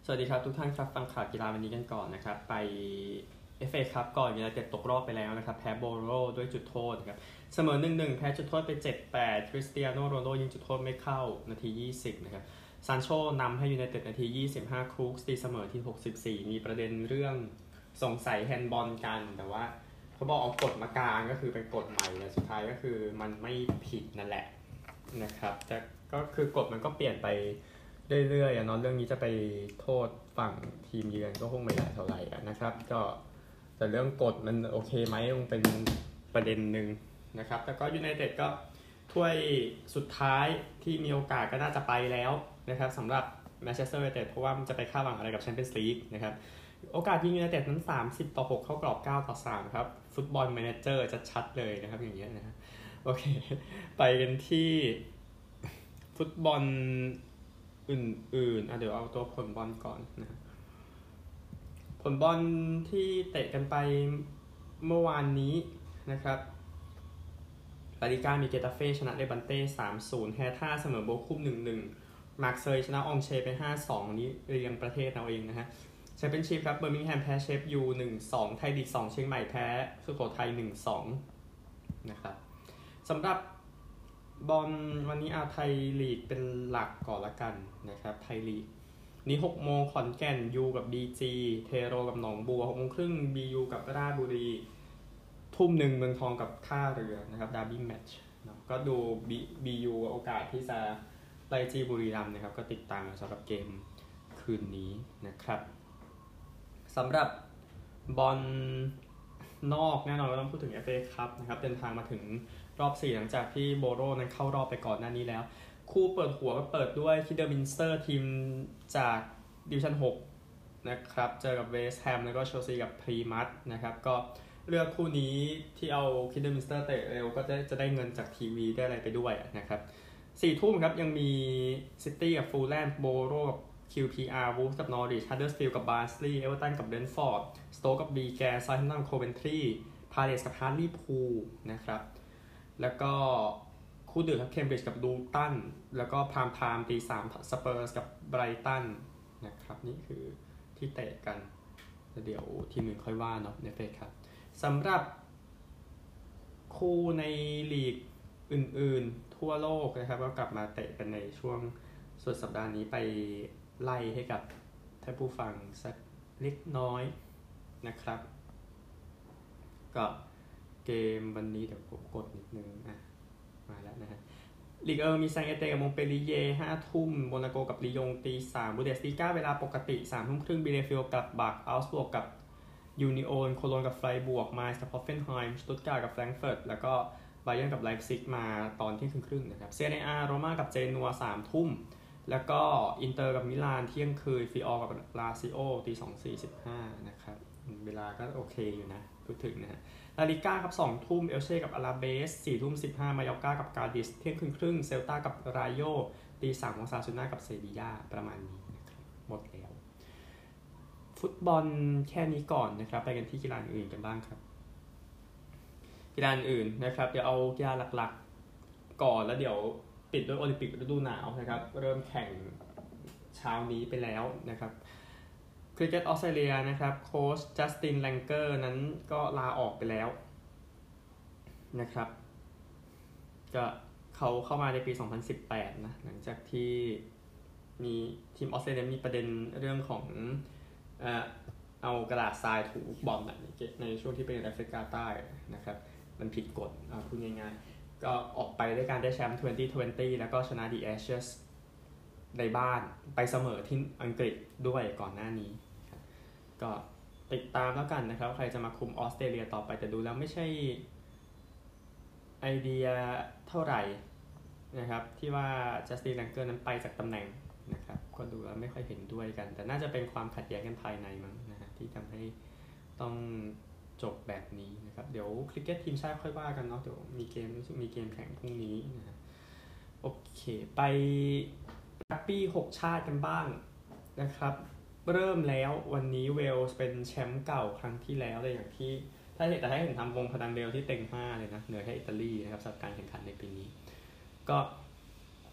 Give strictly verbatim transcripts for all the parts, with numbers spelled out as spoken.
สวัสดีครับทุกท่านครับฟังข่าวกีฬาวันนี้กันก่อนนะครับไป เอฟ เอ Cup ก่อนยูไนเต็ดตกรอบไปแล้วนะครับแพ้โบโรด้วยจุดโทษครับเสมอ หนึ่งหนึ่ง แพ้จุดโทษไป เจ็ดแปด คริสเตียโนโรนัลโดยิงจุดโทษไม่เข้านาทียี่สิบนะครับซานโชนำให้ยูไนเต็ดนาทียี่สิบห้าครูกตีเสมอที่หกสิบสี่มีประเด็นเรื่องสงสัยแฮนด์บอลกันแต่ว่าเขาบอกเอากฎมากางก็คือเป็นกฎใหม่แต่สุดท้ายก็คือมันไม่ผิดนั่นแหละนะครับแต่ก็คือกฎมันก็เปลี่ยนไปเรื่อยๆเนาะเรื่องนี้จะไปโทษฝั่งทีมเยือนก็คงไม่ได้เท่าไหร่นะครับก็แต่เรื่องกฎมันโอเคไหมคงเป็นประเด็นหนึ่งนะครับแต่ก็ยูไนเต็ดก็ถ้วยสุดท้ายที่มีโอกาสก็น่าจะไปแล้วนะครับสำหรับแมนเชสเตอร์ยูไนเต็ดเพราะว่ามันจะไปคาดหวังอะไรกับแชมเปี้ยนส์ลีกนะครับโอกาสยิงยูไนเต็ดนั้นสามสิบต่อหกเข้ากรอบเก้าต่อสามครับฟุตบอลแมเนเจอร์จะชัดเลยนะครับอย่างเงี้ยนะฮะโอเคไปกันที่ฟุตบอลอื่นๆอ่ะเดี๋ยวเอาตัวผลบอลก่อนนะผลบอลที่เตะกันไปเมื่อวานนี้นะครับลาลิก้ามีเกตาเฟ่ชนะเลบันเต้ สามศูนย์ แฮท่าเสมอโบคุม หนึ่งหนึ่ง มาร์กเซยชนะอองเชไป ห้าสอง นี้เรียงประเทศเอาเองนะฮะแชมเปี้ยนชิพครับเบอร์มิงแฮมแพ้เชฟยู หนึ่งสอง ไทยลีกสองเชียงใหม่แพ้สุโขทัย หนึ่งสอง นะครับสำหรับบอลวันนี้อาไทยลีกเป็นหลักก่อนละกันนะครับไทยลีกนี้หกโมงขอนแก่นยูกับ บี จี เทโรกับหนองบัวหกโมงครึ่ง บี ยู กับราชบุรีทุ่มหนึ่งเมืองทองกับท่าเรือนะครับดาร์บี้แมตช์ก็ดู บี ยู โอกาสที่จะไล่จี้บุรีรัมย์นะครับก็ติดตามสำหรับเกมคืนนี้นะครับสำหรับบอลนอกแน่นอนก็ต้องพูดถึง เอฟ เอ Cup นะครับเดินทางมาถึงรอบสี่หลังจากที่โบโรนั้นเข้ารอบไปก่อนหน้านี้แล้วคู่เปิดหัวก็เปิดด้วยคิดเดอร์มินสเตอร์ทีมจากดิวิชั่นหกนะครับเจอกับเวสต์แฮมแล้วก็เชลซีกับพรีมัตนะครับก็เลือกคู่นี้ที่เอาคิดเดอร์มินสเตอร์เตะเร็วก็จะจะได้เงินจากทีวีได้อะไรไปด้วยนะครับสี่ทุ่มครับยังมีซิตี้กับฟูลแลมโบโรกับ คิว พี อาร์ วูฟส์กับนอริชฮัดเดอร์สฟิลด์กับบาร์นลีย์เอเวอร์ตันกับเบรนท์ฟอร์ดสโต๊กกับบีแกร์ซาท์แฮมป์ตันโคเวนทรีพาเลสกับฮาร์ลีย์พูลนะครับแล้วก็คู่ดึกครับเคมบริดจ์กับลูตันแล้วก็พรามไทม์ตีสามสเปอร์สกับไบรตันนะครับนี่คือที่เตะกันเดี๋ยวทีมอื่นค่อยว่าเนาะในเฟสครับสำหรับคู่ในลีกอื่นๆทั่วโลกนะครับก็กลับมาเตะกันในช่วงสุดสัปดาห์นี้ไปไล่ให้กับท่านผู้ฟังสักเล็กน้อยนะครับก็เกมวันนี้เดี๋ยวผมกดนิดนึงอ่ะมาแล้วนะฮะลีกเออร์มีแซงเอเตกับมงเปลีเย่ห้าทุ่มโมนาโกกับลียงตีสามบูเดสลิก้าเวลาปกติสามทุ่มครึ่งบิเลฟิลกับบักอัลส์บวกกับยูนิโอนโคโลนกับไฟบวกไมซ์กับฮอฟเฟนไฮม์สตุตการ์กับแฟรงก์เฟิร์ตแล้วก็ไบเยิร์นกับไลป์ซิกมาตอนเที่ยงครึ่งนะครับเซียเนอาโรม่ากับเจนัวสามทุ่มแล้วก็อินเตอร์กับมิลานเที่ยงคืนฟิออกับลาซิโอตีสองสี่สิบห้านะครับเวลาก็โอเคอยู่นะพูดถึงนะฮะลาลิก้าครับสองทุ่มเอลเช่กับอาราเบสสี่ทุ่มสิบห้ามายอร์ก้ากับกาดิสเที่ยงคืนครึ่งเซลตากับรายโยตีสามของซาซูน่ากับเซบีย่าประมาณนี้นะครับหมดแล้วฟุตบอลแค่นี้ก่อนนะครับไปกันที่กีฬาอื่นกันบ้างครับกีฬาอื่นนะครับเดี๋ยวเอากีฬาหลักๆก่อนแล้วเดี๋ยวปิดด้วยโอลิมปิกฤดูหนาวนะครับเริ่มแข่งเช้านี้ไปแล้วนะครับคริกเก็ตออสเตรเลียนะครับโค้ชจัสตินแลงเกอร์นั้นก็ลาออกไปแล้วนะครับก็เขาเข้ามาในปีสองพันสิบแปดนะหลังจากที่มีทีมออสเตรเลียมีประเด็นเรื่องของเอ่อเอากระดาษทรายถูบอลในช่วงที่เป็นแอฟริกาใต้นะครับมันผิดกฎพูดง่ายๆก็ออกไปด้วยการได้แชมป์ยี่สิบยี่สิบแล้วก็ชนะ The Ashes ในบ้านไปเสมอที่อังกฤษด้วยก่อนหน้านี้ก็ติดตามแล้วกันนะครับใครจะมาคุมออสเตรเลียต่อไปแต่ดูแล้วไม่ใช่ไอเดียเท่าไหร่นะครับที่ว่าจัสตินแลงเกอร์นั้นไปจากตำแหน่งนะครับก็ดูแล้วไม่ค่อยเห็นด้วยกันแต่น่าจะเป็นความขัดแย้งกันภายในมั้งนะฮะที่ทำให้ต้องจบแบบนี้นะครับเดี๋ยวคริกเก็ตทีมชาติค่อยว่ากันเนาะเดี๋ยวมีเกมมีเกมแข่งพรุ่งนี้นะฮะโอเคไปรักบี้หกชาติกันบ้างนะครับเริ่มแล้ววันนี้เวลส์เป็นแชมป์เก่าครั้งที่แล้วเลยอย่างที่ถ้าเห็นแต่ให้เห็นทำวงพนันเวลที่เต็งห้าเลยนะเหนือแค่อิตาลีนะครับสำหรับการแข่งขันในปีนี้ก็ผ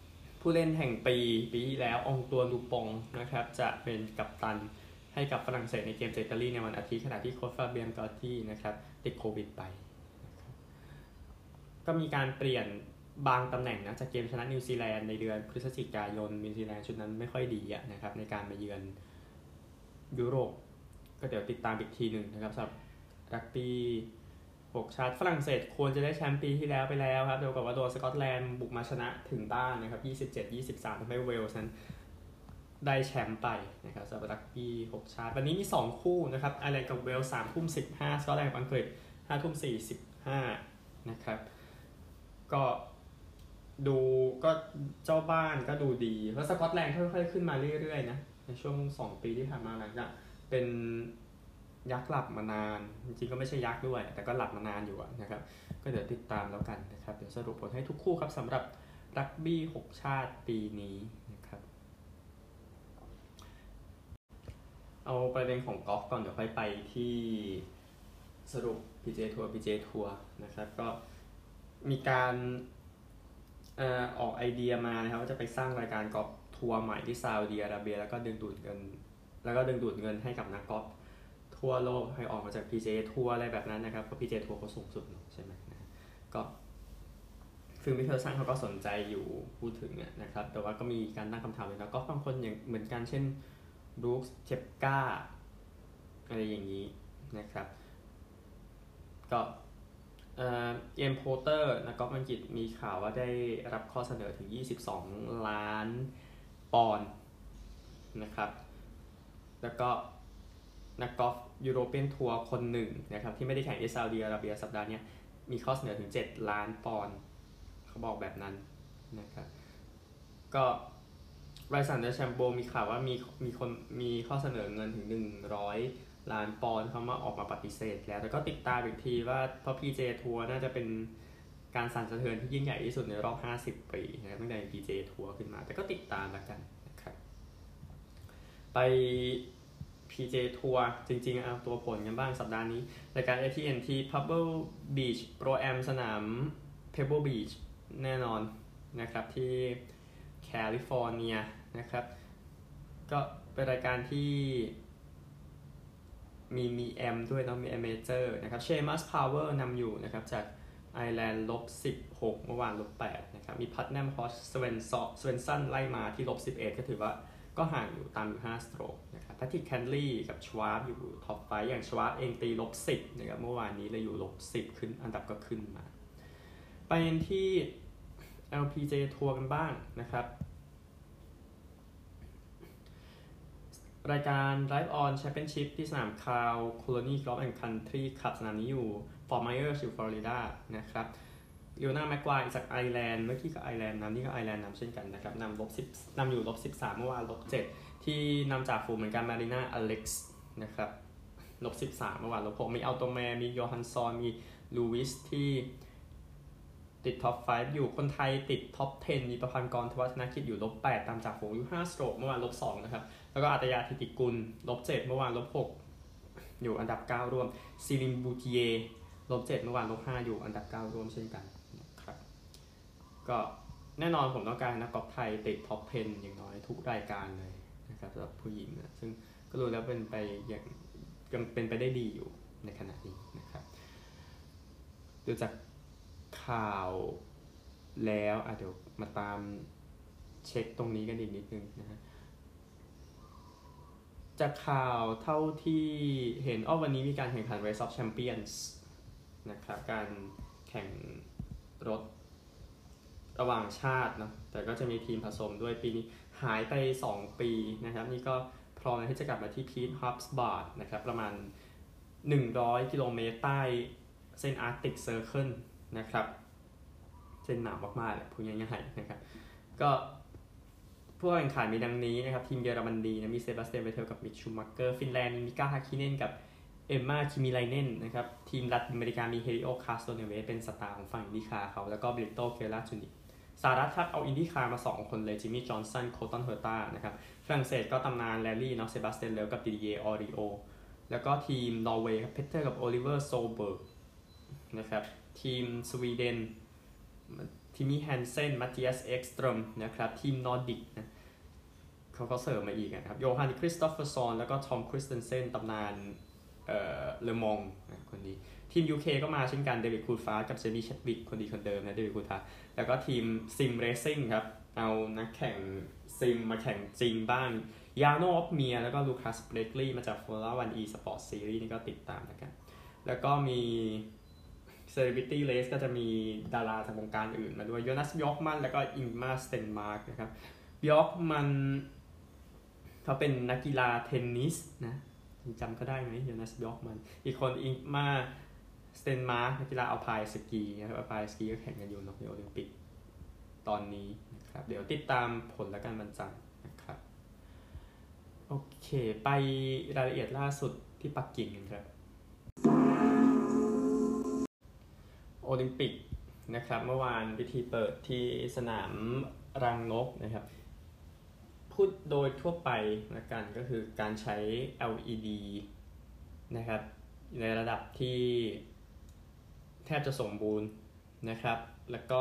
ผู้เล่นแห่งปีปีที่แล้วองตัวลูปองนะครับจะเป็นกัปตันให้กับฝรั่งเศสในเกมเจออิตาลีในวันอาทิตย์ขณะที่โค้ชฟาเบียนกอตตี้นะครับติดโควิดไปนะครับก็มีการเปลี่ยนบางตำแหน่งนะจากเกมชนะนิวซีแลนด์ในเดือนพฤศจิกายนนิวซีแลนด์ชุดนั้นไม่ค่อยดีนะครับในการมาเยือนยุโรปก็เดี๋ยวติดตามอีกทีหนึ่งนะครับสำหรับรักบี้หกชาติฝรั่งเศสควรจะได้แชมป์ปีที่แล้วไปแล้วครับเดี๋ยวกับว่าโดนสกอตแลนด์บุกมาชนะถึงบ้านนะครับยี่สิบเจ็ดยี่สิบสามทำให้เวลส์นั้นได้แชมป์ไปนะครับสำหรับรักบี้หกชาติวันนี้มีสองคู่นะครับไอร์แลนด์กับเวลส์ สามทุ่มสิบห้า สกอตแลนด์กับอังกฤษ ห้าทุ่มสี่สิบห้า นะครับก็ดูก็เจ้าบ้านก็ดูดีเพราะสกอตแลนด์ค่อยๆขึ้นมาเรื่อยๆนะในช่วงสองปีที่ผ่านมาหลังจากเป็นยักษ์หลับมานานจริงๆก็ไม่ใช่ยักษ์ด้วยแต่ก็หลับมานานอยู่นะครับก็เดี๋ยวติดตามแล้วกันนะครับเดี๋ยวสรุปผลให้ทุกคู่ครับสำหรับรักบี้หกชาติปีนี้นะครับเอาประเด็นของกอล์ฟก่อนเดี๋ยวค่อยไปที่สรุป พี จี เอ ทัวร์ พี จี เอ ทัวร์นะครับก็มีการเอ่อออกไอเดียมานะครับว่าจะไปสร้างรายการกอล์ฟทัวร์ใหม่ที่ซาอุดิอาระเบียแล้วก็ดึงดูดเงินแล้วก็ดึงดูดเงินให้กับนักกอล์ฟทั่วโลกให้ออกมาจาก พี จี เอ ทัวร์อะไรแบบนั้นนะครับเพราะ พี จี เอ ทัวร์เขาสูงสุดใช่ไหมนะก็ซึ่งมิเคลสันเขาก็สนใจอยู่พูดถึงนะครับแต่ว่าก็มีการตั้งคำถามเลยนะก็บางคนอย่างเหมือนกันเช่นบรูคส์เคปกาอะไรอย่างนี้นะครับก็เอ่อเอมโพเตอร์นักกอล์ฟอังกฤษมีข่าวว่าได้รับข้อเสนอถึงยี่สิบสองล้านปอนด์นะครับแล้วก็นักกอล์ฟยูโรเปียนทัวร์คนหนึ่งนะครับที่ไม่ได้แข่งที่ซาอุดิอาระเบียสัปดาห์นี้มีข้อเสนอถึงเจ็ดล้านปอนด์เขาบอกแบบนั้นนะครับก็ไรสันเดอร์แชมโบมีข่าวว่ามีมีคนมีข้อเสนอเงินถึงหนึ่งร้อยล้านปอนด์เขามาออกมาปฏิเสธแล้วแต่ก็ติดตามอีกทีว่าเพราะ พี จี เอ ทัวร์น่าจะเป็นการสั่นสะเทือนที่ยิ่งใหญ่ที่สุดในรอบห้าสิบปีนะครับตั้งแต่ พี จี เอ ทัวร์ขึ้นมาแต่ก็ติดตามแล้วกันนะครับไป พี จี เอ ทัวร์จริงๆเอาตัวผลกันบ้างสัปดาห์นี้รายการ เอ ที แอนด์ ที Pebble Beach Pro Am สนาม Pebble Beach แน่นอนนะครับที่แคลิฟอร์เนียนะครับก็เป็นรายการที่มีมีแอมด้วยเนาะมีแอมเมเจอร์นะครับเชมัสพาวเวอร์นำอยู่นะครับจากไอร์แลนด์ลบสิบหกเมื่อวานลบแปดนะครับมีพัตแนมฮอสสเวนซอสเวนซันไล่มาที่ลบสิบเอ็ดก็ถือว่าก็ห่างอยู่ตามอยู่ห้าสโตรกนะครับแพทริกแคนลี่กับชวาร์ปอยู่ท็อปไฟว์อย่างชวาร์ปเองตีลบสิบนะครับเมื่อวานนี้เลยอยู่ลบสิบขึ้นอันดับก็ขึ้นมาไปที่ แอล พี จี เอ ทัวร์กันบ้างนะครับรายการ Drive On Championship ที่สนามคาว Colony Golf and Country Club สนามนี้อยู่ฟอร์ Myers อยู่ฟลอริดานะครับเลโอนาร์ด แม็กควายจากไอร์แลนด์เมื่อกี้ก็ไอร์แลนด์นำนี่ก็ไอร์แลนด์นำเช่นกันนะครับนำลบสิบนำอยู่ลบสิบสามเมื่อวานลบเจ็ดที่นำจากฝูงเหมือนกันมารีนาอเล็กซ์นะครับลบสิบสามเมื่อวานลบหกมีอัลโตแมร์มีโยฮันซอนมีลูวิสที่ติดท็อปห้าอยู่คนไทยติดท็อปสิบมีประพันธ์กร ทวัฒนกิจอยู่ลบแปดตามจากฝูงอยู่ห้าสโตรกเมื่อวานลบสองนะครับแล้วก็อัตยาธิติกุลลบเจ็ดเมื่อวานลบหกอยู่อันดับเก้าร่วมซีลินบูติเยลบเจ็ดเมื่อวานลบห้าอยู่อันดับเก้าร่วมเช่นกันนะครับก็แน่นอนผมต้องการนักกอล์ฟไทยติดท็อปสิบอย่างน้อยทุกรายการเลยนะครับสำหรับผู้หญิงนะซึ่งก็รู้แล้วเป็นไปอย่างยังเป็นไปได้ดีอยู่ในขณะนี้นะครับดูจากข่าวแล้วอ่ะเดี๋ยวมาตามเช็คตรงนี้กันอีกนิดนึงนะฮะจากข่าวเท่าที่เห็นอ้อวันนี้มีการแข่งขัน Race of Champions นะครับการแข่งรถระหว่างชาติเนาะแต่ก็จะมีทีมผสมด้วยปีนี้หายไปสองปีนะครับนี่ก็พร้อมที่จะกลับมาที่พีทฮับส์บาร์ดนะครับประมาณหนึ่งร้อยกิโลเมตรใต้เส้นอาร์กติกเซอร์เคิลนะครับเส้นหนาวมากๆเลยพูดง่ายๆนะครับก็ผู้แข่งขันมีดังนี้นะครับทีมเยอรมนีนะมีเซบาสเตียน เวเทลกับมิกชูมักเกอร์ฟินแลนด์มีมิก้า ฮาคิเนนกับเอมมาคิมิไลเนนนะครับทีมรัฐอเมริกามีเฮริโอ คาสโตเนเวสเป็นสตาร์ของฝั่งอินดี้คาร์เขาแล้วก็บริโต เคลาจูนิสหรัฐครับเอาอินดี้คาร์มาสองคนเลยจิมมี่จอห์นสันโคลตันเฮอร์ต้านะครับฝรั่งเศสก็ตำนานแลลี่เนาะเซบาสเตียนเลวกับดิดิเยออริโอแล้วก็ทีมนอร์เวย์ครับเพเทอร์กับโอลิเวอร์โซเบิร์กนะครับทีมสวีเดนทิมี่แฮนเซนมาติอัสเอ็กสตรมนะครับทีมนอร์ดิกนะเขาก็เสริมมาอีกนะครับโยฮันคริสโตเฟอร์ซอนแล้วก็ทอมคริสเตนเซนตำนานเอ่อเลอมองนะคนนี้ทีม ยู เค ก็มาเช่นกันเดวิดคูลฟากับเจมี่แชดวิกคนดีคนเดิมนะเดวิดคูลฟาแล้วก็ทีมซิมเรซิ่งครับเอานักแข่งซิมมาแข่งจริงบ้างยาโนออฟเมียแล้วก็ลูคัสเบรกลีย์มาจาก Formula วัน E Sport Series นี่ก็ติดตามนะครับแล้วก็มี Celebrity Race ก็จะมีดาราจากวงการอื่นมาด้วยโยนัส บยอร์กมันแล้วก็อิงมาสเตนมาร์กนะครับบยอร์กมันเขาเป็นนักกีฬาเทนนิสนะจำก็ได้ไหมโยนัส บยอร์กมันอีกคนอิงมาสเตนมาร์กนักกีฬาอัลไพน์สกีนะครับอัลไพน์สกีก็แข่งกันอยู่ในโอลิมปิกตอนนี้นะครับเดี๋ยวติดตามผลแล้วกันวันจันทร์นะครับโอเคไปรายละเอียดล่าสุดที่ปักกิ่งกันครับโอลิมปิกนะครับเมื่อวานพิธีเปิดที่สนามรังนกนะครับพูดโดยทั่วไปนะกันก็คือการใช้ แอล อี ดี นะครับในระดับที่แทบจะสมบูรณ์นะครับแล้วก็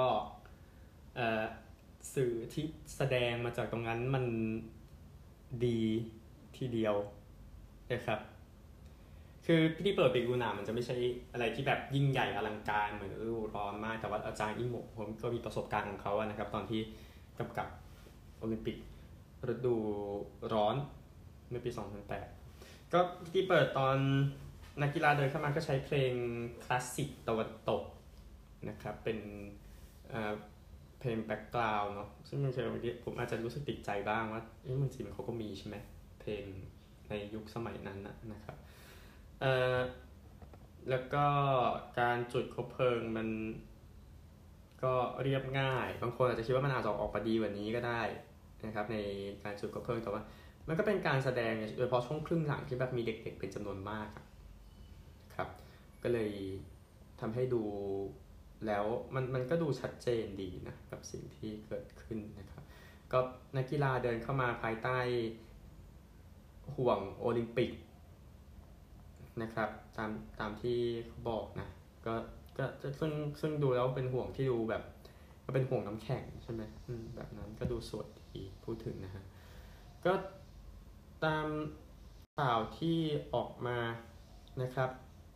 สื่อที่แสดงมาจากตรงนั้นมันดีทีเดียวนะครับคือพิธีเปิดปีกูนามันจะไม่ใช่อะไรที่แบบยิ่งใหญ่อลังการเหมือนฤดูร้อนมากแต่ว่าอาจารย์อิโมะผมก็มีประสบการณ์ของเขาอะนะครับตอนที่กำกับโอลิมปิกฤดูร้อนเมื่อปีสองพันแปดก็พิธีเปิดตอนนักกีฬาเดินเข้ามาก็ใช้เพลงคลาสสิกตะวันตกนะครับเป็นเพลงแบ็คกราวด์เนาะซึ่งบางทีผมอาจจะรู้สึกติดใจบ้างว่าเอ๊ะมันจริงเขาก็มีใช่ไหมเพลงในยุคสมัยนั้นนะนะครับเอ่อแล้วก็การจุดคบเพลิงมันก็เรียบง่ายบางคนอาจจะคิดว่ามันอาจจะออกมาดีกว่านี้ก็ได้นะครับในการจุดคบเพลิงแต่ว่ามันก็เป็นการแสดงโดยเฉพาะช่วงครึ่งหลังที่แบบมีเด็กๆเป็นจำนวนมากครับก็เลยทำให้ดูแล้วมันมันก็ดูชัดเจนดีนะกับสิ่งที่เกิดขึ้นนะครับก็นักกีฬาเดินเข้ามาภายใต้ห่วงโอลิมปิกนะครับตามตามที่เขาบอกนะก็ก็ซึ่งซึ่งดูแล้วเป็นห่วงที่ดูแบบก็เป็นห่วงน้ำแข็งใช่ไหมแบบนั้นก็ดูสวยดีพูดถึงนะฮะก็ตามข่าวที่ออกมานะครับ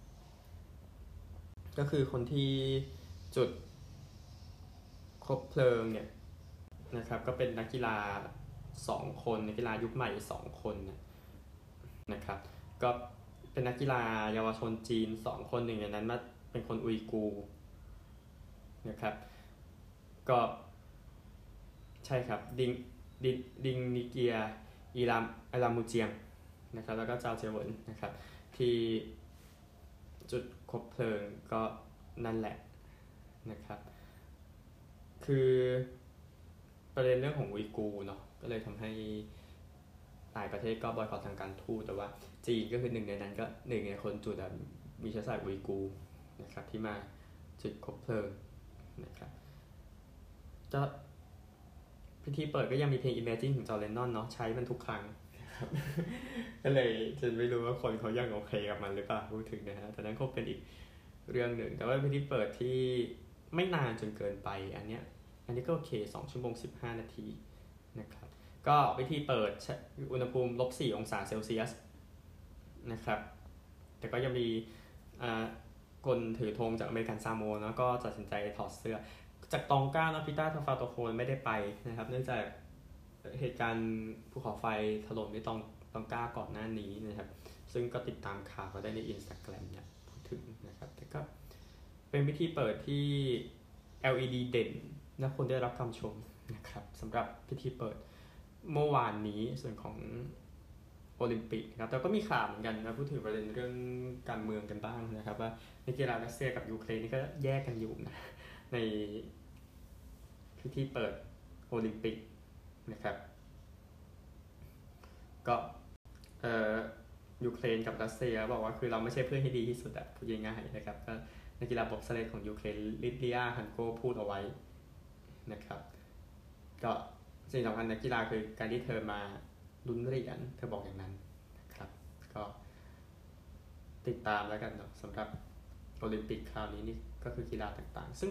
ก็คือคนที่จุดคบเพลิงเนี่ยนะครับก็เป็นนักกีฬาสองคนนักกีฬายุคใหม่สองคนนะครับก็เป็นนักกีฬาเยาวชนจีนสองคนหนึ่งในนั้นมาเป็นคนอุยกูร์นะครับก็ใช่ครับดิงดิดิงนิเกียอีรามอลามูเจียงนะครับแล้วก็เจ้าเจเวินนะครับที่จุดคบเพลิงก็นั่นแหละนะครับคือประเด็นเรื่องของอุยกูร์เนาะก็เลยทำให้หลายประเทศก็บอยคอตทางการทูตแต่ว่าจีนก็คือหนึ่งในนั้นก็หนึ่งในคนจุดมีเชื้อสายอุยกูร์นะครับที่มาจุดคบเพลิงนะครับจะพิธีเปิดก็ยังมีเพลง Imagine ของจอร์แดนนอนเนาะใช้มันทุกครั้งครับก็เลยจะไม่รู้ว่าคนเขายังโอเคกับมันหรือเปล่าพูดถึงนะฮะแต่นั้นคงเป็นอีกเรื่องหนึ่งแต่ว่าพิธีเปิดที่ไม่นานจนเกินไปอันเนี้ยอันนี้ก็โอเคสองชั่วโมงสิบห้านาทีนะครับก็วิธีเปิดอุณหภูมิ ลบสี่ องศาเซลเซียสนะครับแต่ก็ยังมีคนถือธงจากอเมริกันซาโมเนาะก็ตัดสินใจถอดเสื้อจากตองก้านะพิต้าทาฟาโตโคนไม่ได้ไปนะครับเนื่องจากเหตุการณ์ภูเขาไฟถล่มที่ตองตองก้าก่อนหน้านี้นะครับซึ่งก็ติดตามข่าวก็ได้ใน Instagram เนี่ยพูดถึงนะครับแต่ก็เป็นพิธีเปิดที่ แอล อี ดี เด่นและคนได้รับคำชมนะครับสำหรับพิธีเปิดเมื่อวานนี้ส่วนของโอลิมปิกนะครับแต่ก็มีข่าวเหมือนกันนะพูดถึงประเด็นเรื่องการเมืองกันบ้างนะครับว่านักกีฬารัสเซียกับยูเครนนี่ก็แยกกันอยู่นะในพิธีเปิดโอลิมปิกนะครับก็เอ่อยูเครนกับรัสเซียบอกว่าคือเราไม่ใช่เพื่อนที่ดีที่สุดอะพูดง่ายๆนะครับก็นักกีฬาบ็อกซ์เลของยูเครนลิเดียฮันโกพูดเอาไว้นะครับก็สิ่งสำคัญนักกีฬาคือการที่เธอมาลุ้นเหรียญเธอบอกอย่างนั้นนะครับก็ติดตามแล้วกันเนาะสำหรับโอลิมปิกคราวนี้นี่ก็คือกีฬาต่างๆซึ่ง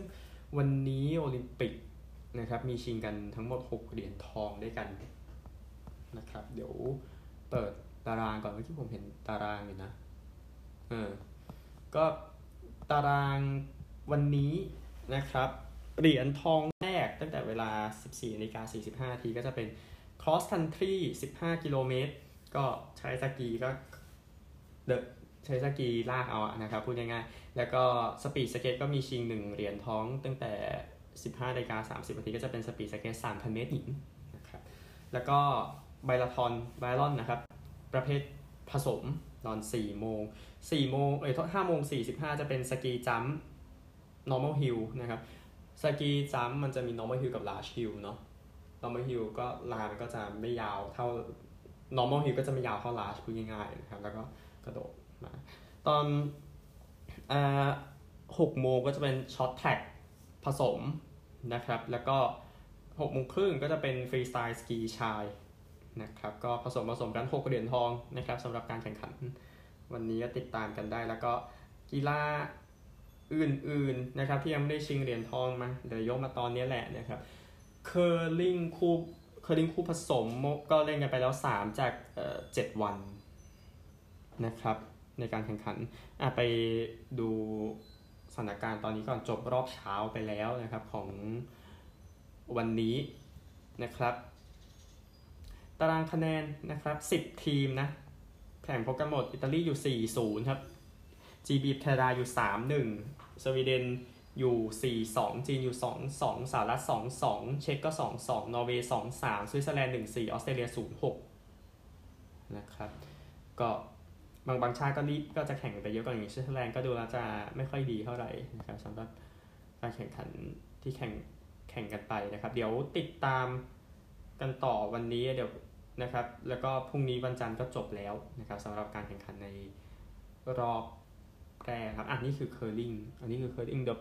วันนี้โอลิมปิกนะครับมีชิงกันทั้งหมดหกเหรียญทองด้วยกันนะครับเดี๋ยวเปิดตารางก่อนเมื่อกี้ผมเห็นตารางอยู่นะเออก็ตารางวันนี้นะครับเหรียญทองแรกตั้งแต่เวลา สิบสี่นาฬิกาสี่สิบห้านาทีก็จะเป็น cross country สิบห้ากิโลเมตรก็ใช้สกีก็เดอะใช้สกีลากเอาอะนะครับพูดง่ายๆแล้วก็สปีดสเก็ตก็มีชิงหนึ่งเหรียญทองตั้งแต่ สิบห้านาฬิกาสามสิบนาทีก็จะเป็นสปีดสเก็ต สามพัน เมตรหญิงนะครับแล้วก็ไบลาธอนไบลอนนะครับประเภทผสมตอนสี่โมงสี่โมงเอ้ยห้าโมงสี่สิบห้าจะเป็นสกีจัมป์ normal hill นะครับสกีจัมป์มันจะมี normal hill กับ large hill เนาะ normal hill ก็ลานก็จะไม่ยาวเท่า normal hill ก็จะไม่ยาวเท่า large พูดง่ายๆนะครับแล้วก็กระโดดมาตอนอ่าหกโมงก็จะเป็น short track ผสมนะครับแล้วก็หกโมงครึ่งก็จะเป็นฟรีสไตล์สกีชายนะครับก็ผสมผสมกันหกเหรียญทองนะครับสำหรับการแข่งขันวันนี้ก็ติดตามกันได้แล้วก็กีฬาอื่นๆนะครับที่ยังไม่ได้ชิงเหรียญทองมาเดี๋ยวยกมาตอนนี้แหละนะครับเคอร์ลิงคู่เคอร์ลิงคู่ผสมก็เล่นกันไปแล้วสามจากเอ่อเจ็ดวันนะครับในการแข่งขันอ่ะไปดูสถานการณ์ตอนนี้ก่อนจบรอบเช้าไปแล้วนะครับของวันนี้นะครับตารางคะแนนนะครับสิบทีมนะแข่งพบกันหมดอิตาลีอยู่ สี่ศูนย์ ครับ จี บี แคนาดาอยู่ สามหนึ่ง สวีเดนอยู่ สี่สอง จีนอยู่ สองสอง สหรัฐ สองสอง เช็กก็ สองสอง นอร์เวย์ สองสาม สวิตเซอร์แลนด์ หนึ่งสี่ ออสเตรเลีย ศูนย์หก นะครับก็บางบางชาติก็รีบก็จะแข่งไปเยอะกว่าอย่างสวิตเซอร์แลนด์ก็ดูแล้วจะไม่ค่อยดีเท่าไหร่นะครับสำหรับการแข่งขันที่แข่งแข่งกันไปนะครับเดี๋ยวติดตามกันต่อวันนี้เดี๋ยวนะครับแล้วก็พรุ่งนี้วันจันทร์ก็จบแล้วนะครับสำหรับการแข่งขันในรอบแรกครับอันนี้คือ curling อันนี้คือ curling เดี๋ยวไป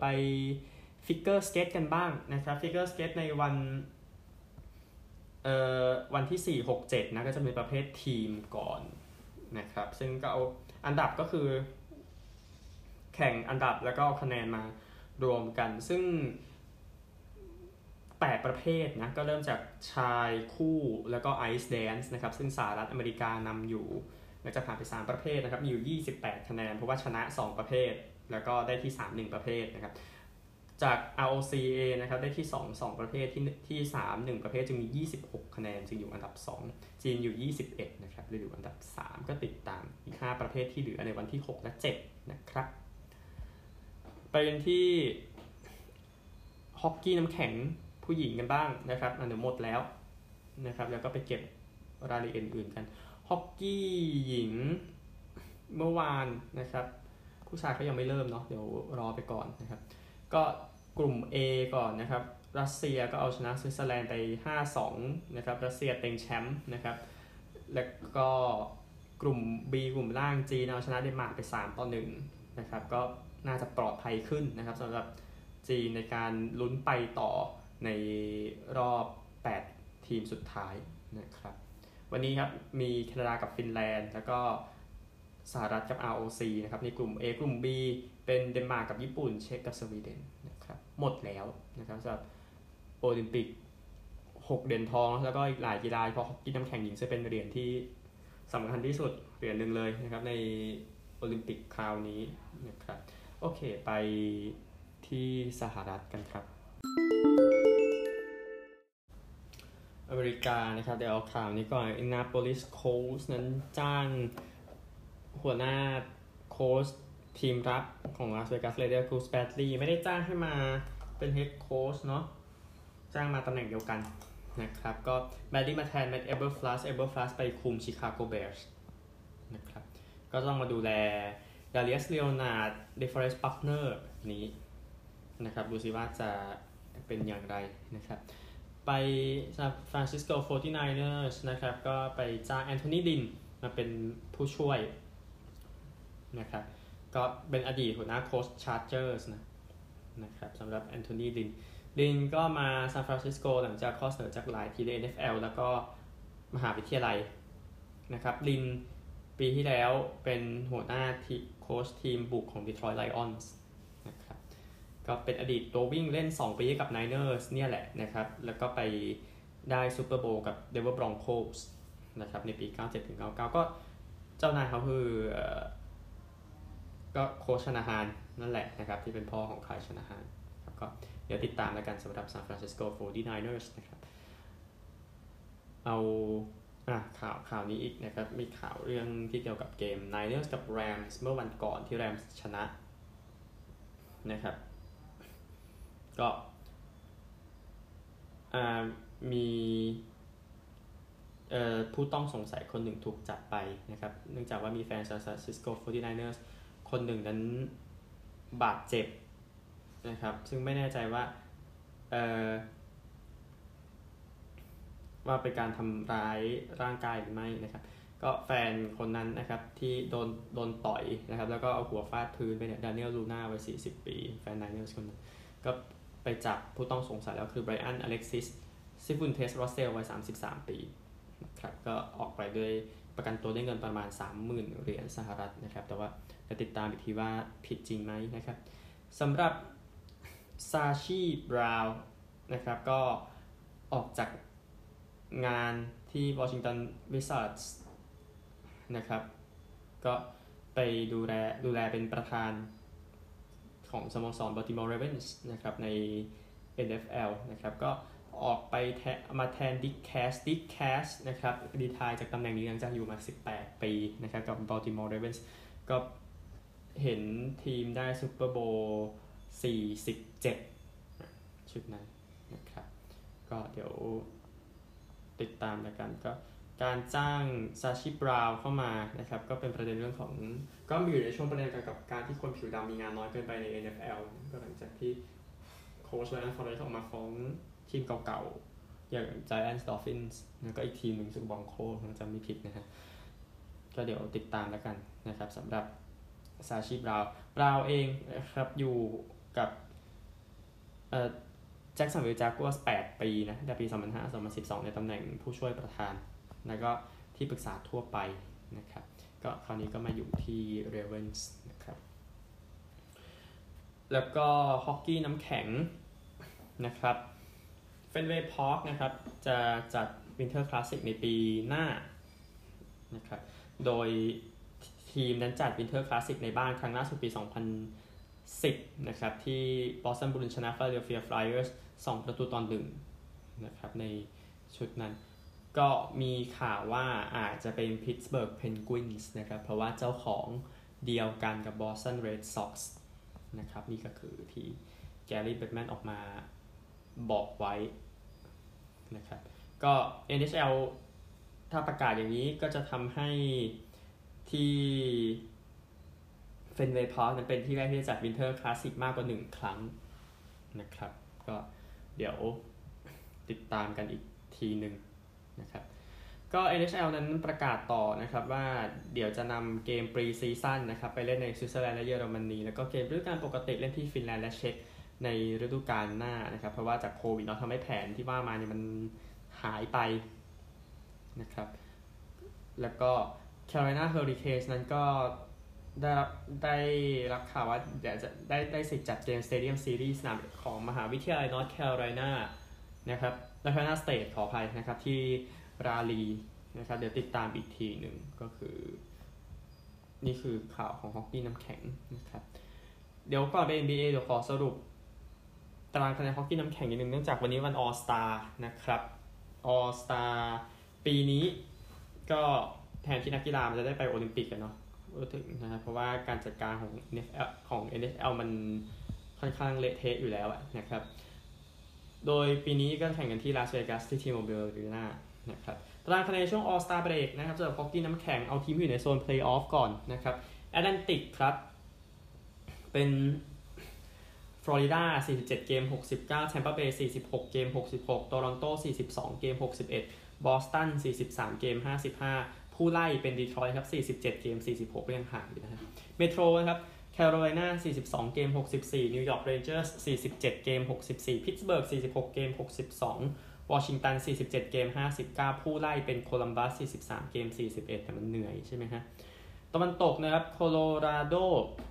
figure skate กันบ้างนะครับ figure skate ในวันเอ่อวันที่สี่ หก เจ็ดนะก็จะเป็นประเภททีมก่อนนะครับซึ่งก็เอาอันดับก็คือแข่งอันดับแล้วก็เอาคะแนนมารวมกันซึ่งแปดประเภทนะก็เริ่มจากชายคู่แล้วก็ไอซ์แดนซ์นะครับซึ่งสหรัฐอเมริกานำอยู่แล้วจะผ่านไปสามประเภทนะครับมีอยู่ยี่สิบแปดคะแนนเพราะว่าชนะสองประเภทแล้วก็ได้ที่สามหนึ่งประเภทนะครับจาก อาร์ โอ ซี เอ นะครับได้ที่สอง สองประเภทที่ที่สาม หนึ่งประเภทจึงมียี่สิบหกคะแนนจึงอยู่อันดับสองจีนอยู่ยี่สิบเอ็ดนะครับเลยอยู่อันดับสามก็ติดตามอีกห้าประเภทที่เหลือในวันที่หกและเจ็ดนะครับไปกันที่ฮอกกี้น้ำแข็งผู้หญิงกันบ้างนะครับอันเดี๋ยวหมดแล้วนะครับแล้วก็ไปเก็บรายละเอียดอื่นกันฮอกกี้หญิงเมื่อวานนะครับผู้ชายเขายังไม่เริ่มเนาะเดี๋ยวรอไปก่อนนะครับก็กลุ่ม A ก่อนนะครับรัสเซียก็เอาชนะสวิตเซอร์แลนด์ไป ห้าสอง นะครับรัสเซียเต็งแชมป์นะครับแล้วก็กลุ่ม B กลุ่มล่างจีนเอาชนะเดนมาร์กไปสามต่อหนึ่งนะครับก็น่าจะปลอดภัยขึ้นนะครับสำหรับจีนในการลุ้นไปต่อในรอบแปดทีมสุดท้ายนะครับวันนี้ครับมีแคนาดากับฟินแลนด์แล้วก็สหรัฐกับ อาร์ โอ ซี นะครับในกลุ่ม A กลุ่ม B เป็นเดนมาร์กกับญี่ปุ่นเช็กกับสวีเดนนะครับหมดแล้วนะครับสำหรับโอลิมปิกหกเหรียญทองแล้วก็อีกหลายกีฬาเพราะฮอกกี้น้ำแข็งหญิงจะเป็นเหรียญที่สำคัญที่สุดเหรียญหนึ่งเลยนะครับในโอลิมปิกคราวนี้นะครับโอเคไปที่สหรัฐกันครับอเมริกานะครับเดี๋ยวเอาข่าวนี้ก่อน Indianapolis Colts นั้นจ้างหัวหน้าโค้ชทีมรับของ Las Vegas Raiders Gus Bradley ไม่ได้จ้างให้มาเป็น head coach เนาะจ้างมาตำแหน่งเดียวกันนะครับก็ Bradley มาแทน Matt Eberflus Eberflus ไปคุม Chicago Bears นะครับก็ต้องมาดูแล Darius Leonard DeForest Buckner นี้นะครับดูสิว่าจะเป็นอย่างไรนะครับไป San Francisco ฟอร์ตี้ไนเนอร์ส นะครับก็ไปจ้างแอนโทนีดินมาเป็นผู้ช่วยนะครับก็เป็นอดีตหัวหน้าโค้ช Chargers นะนะครับสำหรับแอนโทนีดินดินก็มาซานฟรานซิสโกหลังจากข้อเสนอจากหลายทีมใน เอ็น เอฟ แอล แล้วก็มหาวิทยาลัยนะครับดินปีที่แล้วเป็นหัวหน้าทีโค้ชทีมบุกของ Detroit Lions นะครับก็เป็นอดีตตัววิ่งเล่นสองปีกับ Niners เนี่ยแหละนะครับแล้วก็ไปได้ซูเปอร์โบว์กับ Denver Broncos นะครับในปีเก้าเจ็ดถึงเก้าเก้าก็เจ้านายเขาคือก็โค้ชชนาฮานนั่นแหละนะครับที่เป็นพ่อของคายชนาฮานครับก็เดี๋ยวติดตามแล้วกันสำหรับ San Francisco ฟอร์ตี้ไนเนอร์ส นะครับเอาอ่ะข่าวข่าวนี้อีกนะครับมีข่าวเรื่องที่เกี่ยวกับเกม Niners กับ Rams เมื่อวันก่อนที่ Rams ชนะนะครับก็มีผู้ต้องสงสัยคนหนึ่งถูกจับไปนะครับเนื่องจากว่ามีแฟน San Francisco ฟอร์ตี้ไนเนอร์ส คนหนึ่งนั้นบาดเจ็บนะครับซึ่งไม่แน่ใจว่าเอ่อว่าเป็นการทำร้ายร่างกายหรือไม่นะครับก็แฟนคนนั้นนะครับที่โดนโดนต่อยนะครับแล้วก็เอาหัวฟาดพื้นไปเนี่ยดานิเอลลูน่าวัยสี่สิบปีแฟนไนเนอร์สคนนั้นก็ไปจับผู้ต้องสงสัยแล้วคือไบรอันอเล็กซิสซิฟุนเทสรอสเซลวัยสามสิบสามปีนะครับก็ออกไปด้วยประกันตัวได้เงินประมาณ สามหมื่น เหรียญสหรัฐนะครับแต่ว่าจะติดตามอีกทีว่าผิดจริงไหมนะครับสำหรับซาชีบราวน์นะครับก็ออกจากงานที่วอชิงตันวิซาร์ดส์นะครับก็ไปดูแลดูแลเป็นประธานของสโมสร Baltimore Ravens นะครับใน เอ็น เอฟ แอล นะครับก็ออกไปแทนมาแทนดิกแคสดิกแคสนะครับดีทายจากตำแหน่งนี้หลังจากอยู่มาสิบแปดปีนะครับกับ Baltimore Ravens ก็เห็นทีมได้ซูเปอร์โบว์สี่สิบเจ็ดชุดนั้นนะครับก็เดี๋ยวติดตามแล้วกันก็การจ้างซาชิบราวน์เข้ามานะครับก็เป็นประเด็นเรื่องของก็มีอยู่ในช่วงประเด็นกันกับการที่คนผิวดำมีงานน้อยเกินไปใน เอ็น เอฟ แอล ก็หลังจากที่โค้ชไลออนฟอเรสต์ออกมาฟ้องทีมเก่าๆอย่าง Giants Dolphins แล้วก็อีกทีมหนึ่งซึ่งบองโคถ้าจำไม่ผิดนะฮะก็เดี๋ยวติดตามแล้วกันนะครับสำหรับซาชิบราวน์บราวน์เองนะครับอยู่กับเอ่อแจ็คสันวิลจากัวร์สแปดปีนะในปีสองพันห้า สองพันสิบสองในตำแหน่งผู้ช่วยประธานแล้วก็ที่ปรึกษาทั่วไปนะครับก็คราวนี้ก็มาอยู่ที่ Ravens นะครับแล้วก็ฮอกกี้น้ำแข็งนะครับเฟนเวย์พาร์คนะครับจะจัด Winter Classic ในปีหน้านะครับโดยทีมนั้นจัด Winter Classic ในบ้านครั้งล่าสุดปีสองพันสิบนะครับที่ Boston Bruins ชนะ Philadelphia Flyers สองประตูต่อหนึ่งนะครับในชุดนั้นก็มีข่าวว่าอาจจะเป็น Pittsburgh Penguins นะครับเพราะว่าเจ้าของเดียวกันกับ Boston Red Sox นะครับนี่ก็คือที่แกรี่ เบคแมนออกมาบอกไว้นะครับก็ เอ็น เอช แอล ถ้าประกาศอย่างนี้ก็จะทำให้ที่เฟนเวย์พาร์คนั้นเป็นที่แรกที่จะจัด Winter Classic มากกว่าหนึ่งครั้งนะครับก็เดี๋ยวติดตามกันอีกทีหนึ่งนะครับก็ เอ็น เอช แอล นั้นประกาศต่อนะครับว่าเดี๋ยวจะนำเกมปรีซีซั่นนะครับไปเล่นในสวิตเซอร์แลนด์และเยอรมนีแล้วก็เกมฤดูกาลปกติเล่นที่ฟินแลนด์และเช็กในฤดูกาลหน้านะครับเพราะว่าจากโควิดเนาะทำให้แผนที่ว่ามาเนี่ยมันหายไปนะครับแล้วก็ Carolina Hurricanes นั้นก็ได้รับได้รับข่าวว่าเดี๋ยวจะได้ได้สิทธิ์จัดเกม Stadium Series สนามของมหาวิทยาลัย North Carolina นะครับ North Carolina State ขออภัยนะครับที่ราลีนะครับเดี๋ยวติดตามอีกทีหนึ่งก็คือนี่คือข่าวของฮอกกี้น้ำแข็งนะครับเดี๋ยวก่อนไป เอ็น บี เอ เดี๋ยวขอสรุปตารางคะแนนฮอกกี้น้ำแข็งนิดนึงเนื่องจากวันนี้วัน All Star นะครับ All Star ปีนี้ก็แทนที่นักกีฬามันจะได้ไปโอลิมปิกกันเนาะถึงนะครับเพราะว่าการจัดการของ เอ็น เอฟ แอล ของ เอ็น เอฟ แอล มันค่อนข้างเละเทะอยู่แล้วนะครับโดยปีนี้ก็แข่งกันที่ลาสเวกัสที่ T-Mobile Arena นะครับตารางคะแนนช่วง All Star Break นะครับสำหรับฮอกกี้น้ำแข็งเอาทีมที่อยู่ในโซน Play-off ก่อนนะครับ Atlantic ครับเป็นฟลอริดาสี่สิบเจ็ดเกมหกสิบเก้า Tampa Bay สี่สิบหกเกมหกสิบหก Toronto สี่สิบสองเกมหกสิบเอ็ด Boston สี่สิบสามเกมห้าสิบห้าผู้ไล่เป็นดีทรอยต์ครับสี่สิบเจ็ดเกมสี่สิบหกก็ยังห่างอยู่นะฮะเมโทรนะครับแคโรไลนาสี่สิบสองเกมหกสิบสี่นิวยอร์กเรนเจอร์สสี่สิบเจ็ดเกมหกสิบสี่พิตต์สเบิร์กสี่สิบหกเกมหกสิบสองวอชิงตันสี่สิบเจ็ดเกมห้าสิบเก้าผู้ไล่เป็นโคลัมบัสสี่สิบสามเกมสี่สิบเอ็ดแต่มันเหนื่อยใช่ไหมฮะตะวันตกนะครับโคโลราโด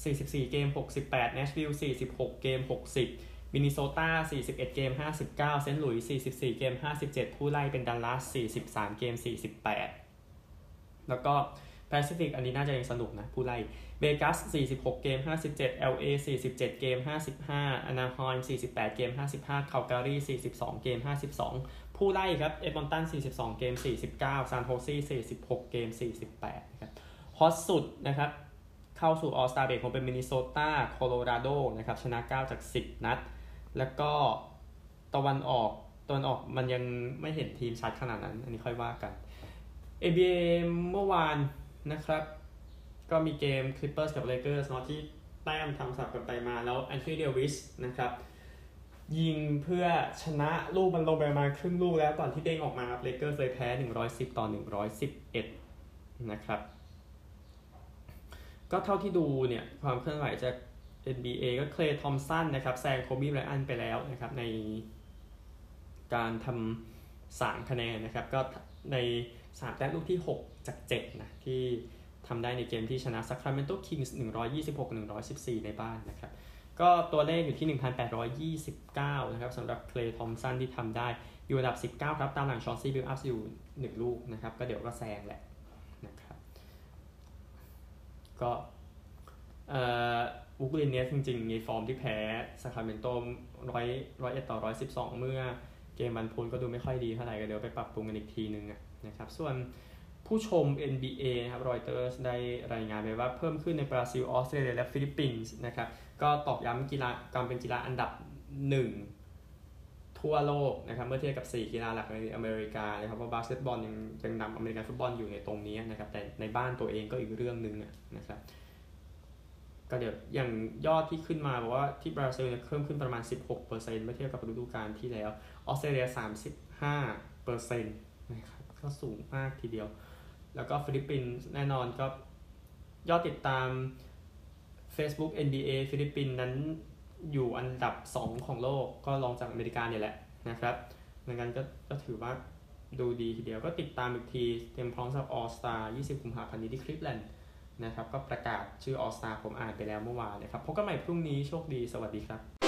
สี่สิบสี่เกมหกสิบแปด Nashville สี่สิบหกเกมหกสิบมินนิโซตาสี่สิบเอ็ดเกมห้าสิบเก้าเซนต์หลุยส์สี่สิบสี่เกมห้าสิบเจ็ดผู้ไล่เป็นดัลลัสสี่สิบสามเกมสี่สิบแปดแล้วก็แปซิฟิกอันนี้น่าจะยังสนุกนะผู้ไล่เวกัสสี่สิบหกเกมห้าสิบเจ็ด แอล เอ สี่สิบเจ็ดเกมห้าสิบห้าอนาฮอยม์สี่สิบแปดเกมห้าสิบห้าคัลการีสี่สิบสองเกมห้าสิบสองผู้ไล่ครับเอดมอนตันสี่สิบสองเกมสี่สิบเก้าซานโฮเซสี่สิบหกเกมสี่สิบแปดนะครับฮอตสุดนะครับเข้าสู่ออลสตาร์เบรกคงเป็นมินนิโซตาโคโลราโดนะครับชนะเก้าจากสิบนัดแล้วก็ตะวันออกตะวันออกมันยังไม่เห็นทีมชัดขนาดนั้นอันนี้ค่อยว่ากัน เอ บี เอ เมื่อวานนะครับก็มีเกม Clippers กับ Lakers เนาะที่แต้มทำสับกันไปมาแล้วแอนโทนี เดวิสนะครับยิงเพื่อชนะลูกมันลงไปประมาณครึ่งลูกแล้วก่อนที่เด้งออกมาครับ Lakers เลยแพ้หนึ่งร้อยสิบต่อหนึ่งร้อยสิบเอ็ดนะครับก็เท่าที่ดูเนี่ยความเคลื่อนไหวจาก เอ็น บี เอ ก็เคลย์ทอมสันนะครับแซงโคบีไบรอันไปแล้วนะครับในการทำสามคะแนนนะครับก็ในสามแต้มลูกที่หกจากเจ็ดนะที่ทำได้ในเกมที่ชนะ Sacramento Kings หนึ่งร้อยยี่สิบหก หนึ่งร้อยสิบสี่ในบ้านนะครับก็ตัวเลขอยู่ที่ หนึ่งพันแปดร้อยยี่สิบเก้า นะครับสำหรับเคลย์ทอมสันที่ทำได้อยู่อันดับสิบเก้าครับตามหลังชอนซี่บิลอัพอยู่หนึ่งลูกนะครับก็เดี๋ยวก็แซงแหละนะครับก็เอ่อบุคลินเนสจริงๆในฟอร์มที่แพ้ซาคราเมนโตร้อยร้อยเอ็ดต่อร้อยสิบสองเมื่อเกมวันพุธก็ดูไม่ค่อยดีเท่าไหร่ก็เดี๋ยวไปปรับปรุงกันอีกทีนึงนะครับส่วนผู้ชม เอ็น บี เอ นะครับรอยเตอร์สได้รายงานไปว่าเพิ่มขึ้นในบราซิลออสเตรเลียและฟิลิปปินส์นะครับก็ตอกย้ำกีฬาการเป็นกีฬาอันดับหนึ่งทั่วโลกนะครับเมื่อเทียบกับสี่กีฬาหลักในอเมริกานะครับเพราะบาสเกตบอลยังยังนำอเมริกันฟุตบอลอยู่ในตรงนี้นะครับแต่ในบ้านตัวเองก็อีกเรื่องนึงนะครับก็เดี๋ยวอย่างยอดที่ขึ้นมาบอกว่าที่บราซิลเพิ่มขึ้นประมาณ สิบหกเปอร์เซ็นต์ เมื่อเทียบกับฤดูกาลที่แล้วออสเตรเลีย สามสิบห้าเปอร์เซ็นต์ นะครับก็สูงมากทีเดียวแล้วก็ฟิลิปปินส์แน่นอนก็ยอดติดตาม Facebook เอ็น บี เอ ฟิลิปปินส์นั้นอยู่อันดับสองของโลกก็รองจากอเมริกาเนี่ยแหละนะครับดังนั้นก็ก็ถือว่าดูดีทีเดียวก็ติดตามอีกทีเตรียมพร้อมสำหรับ All Star ยี่สิบกุมภาพันธ์นี้ที่คลิฟแลนด์นะครับก็ประกาศชื่อ All Star ผมอ่านไปแล้วเมื่อวานนะครับพบกันใหม่พรุ่งนี้โชคดีสวัสดีครับ